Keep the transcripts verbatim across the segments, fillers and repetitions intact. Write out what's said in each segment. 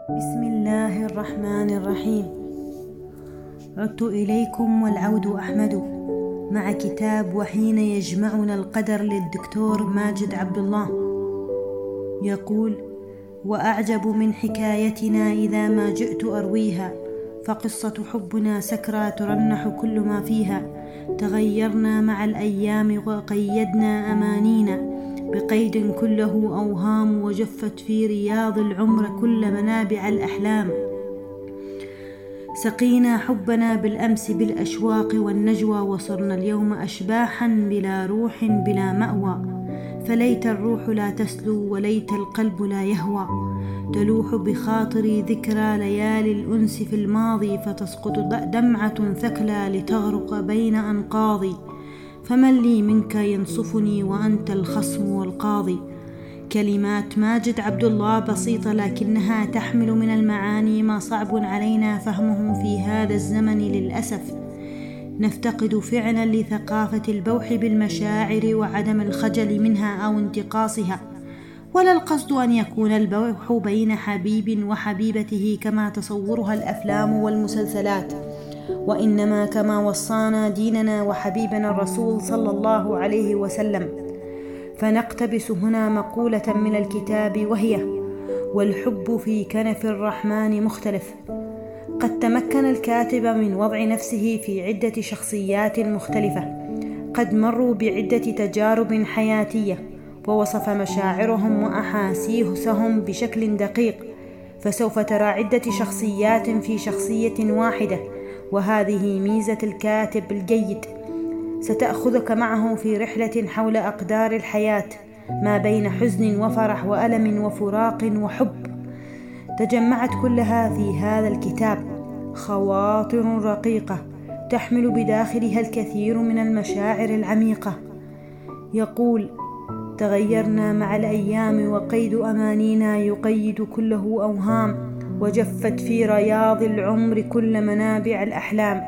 بسم الله الرحمن الرحيم. عدت إليكم والعود أحمد مع كتاب وحين يجمعنا القدر للدكتور ماجد عبد الله. يقول: وأعجب من حكايتنا إذا ما جئت أرويها، فقصة حبنا سكرى ترنح كل ما فيها. تغيرنا مع الأيام وقيدنا أمانينا، بقيد كله أوهام، وجفت في رياض العمر كل منابع الأحلام. سقينا حبنا بالأمس بالأشواق والنجوى، وصرنا اليوم أشباحا بلا روح بلا مأوى. فليت الروح لا تسلو وليت القلب لا يهوى، تلوح بخاطري ذكرى ليالي الأنس في الماضي، فتسقط دمعة ثكلى لتغرق بين أنقاضي. فمن لي منك ينصفني وأنت الخصم والقاضي. كلمات ماجد عبد الله بسيطة، لكنها تحمل من المعاني ما صعب علينا فهمه في هذا الزمن للأسف. نفتقد فعلا لثقافة البوح بالمشاعر وعدم الخجل منها أو انتقاصها. ولا القصد أن يكون البوح بين حبيب وحبيبته كما تصورها الأفلام والمسلسلات، وإنما كما وصانا ديننا وحبيبنا الرسول صلى الله عليه وسلم. فنقتبس هنا مقولة من الكتاب، وهي: والحب في كنف الرحمن مختلف. قد تمكن الكاتب من وضع نفسه في عدة شخصيات مختلفة، قد مروا بعدة تجارب حياتية، ووصف مشاعرهم وأحاسيسهم بشكل دقيق. فسوف ترى عدة شخصيات في شخصية واحدة، وهذه ميزة الكاتب الجيد. ستأخذك معه في رحلة حول أقدار الحياة، ما بين حزن وفرح وألم وفراق وحب. تجمعت كلها في هذا الكتاب، خواطر رقيقة تحمل بداخلها الكثير من المشاعر العميقة. يقول: تغيرنا مع الأيام وقيد أمانينا يقيد كله أوهام، وجفت في رياض العمر كل منابع الأحلام.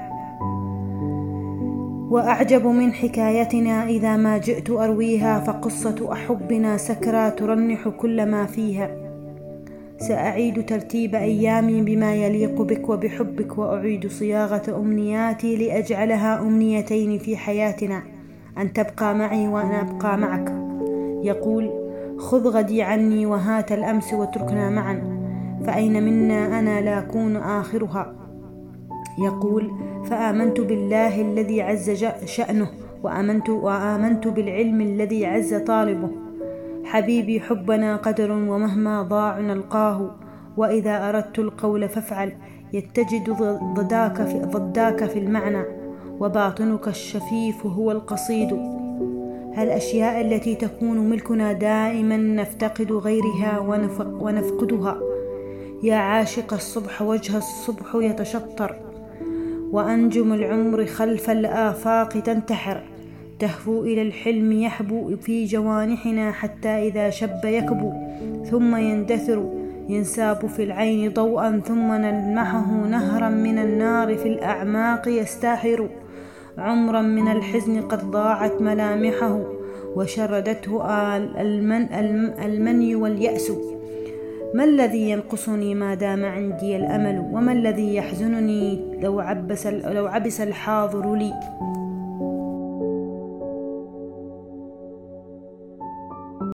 وأعجب من حكايتنا إذا ما جئت أرويها، فقصة حبنا سكرى ترنح كل ما فيها. سأعيد ترتيب أيامي بما يليق بك وبحبك، وأعيد صياغة أمنياتي لأجعلها أمنيتين في حياتنا: أن تبقى معي وأن أبقى معك. يقول: خذ غدي عني وهات الأمس واتركنا معا، فأين منا أنا لا أكون آخرها. يقول: فآمنت بالله الذي عز شأنه، وآمنت, وآمنت بالعلم الذي عز طالبه. حبيبي حبنا قدر، ومهما ضاع نلقاه، وإذا أردت القول فافعل، يتجد ضداك في, ضداك في المعنى، وباطنك الشفيف هو القصيد. هالأشياء التي تكون ملكنا دائما نفتقد غيرها ونفقدها. يا عاشق الصبح وجه الصبح يتشطر، وأنجم العمر خلف الآفاق تنتحر. تهفو إلى الحلم يحبو في جوانحنا، حتى إذا شب يكبو ثم يندثر. ينساب في العين ضوءا ثم نلمحه نهرا من النار في الأعماق يستاحر. عمرا من الحزن قد ضاعت ملامحه، وشردته المن المني واليأس. ما الذي ينقصني ما دام عندي الأمل، وما الذي يحزنني لو عبس, لو عبس الحاضر لي.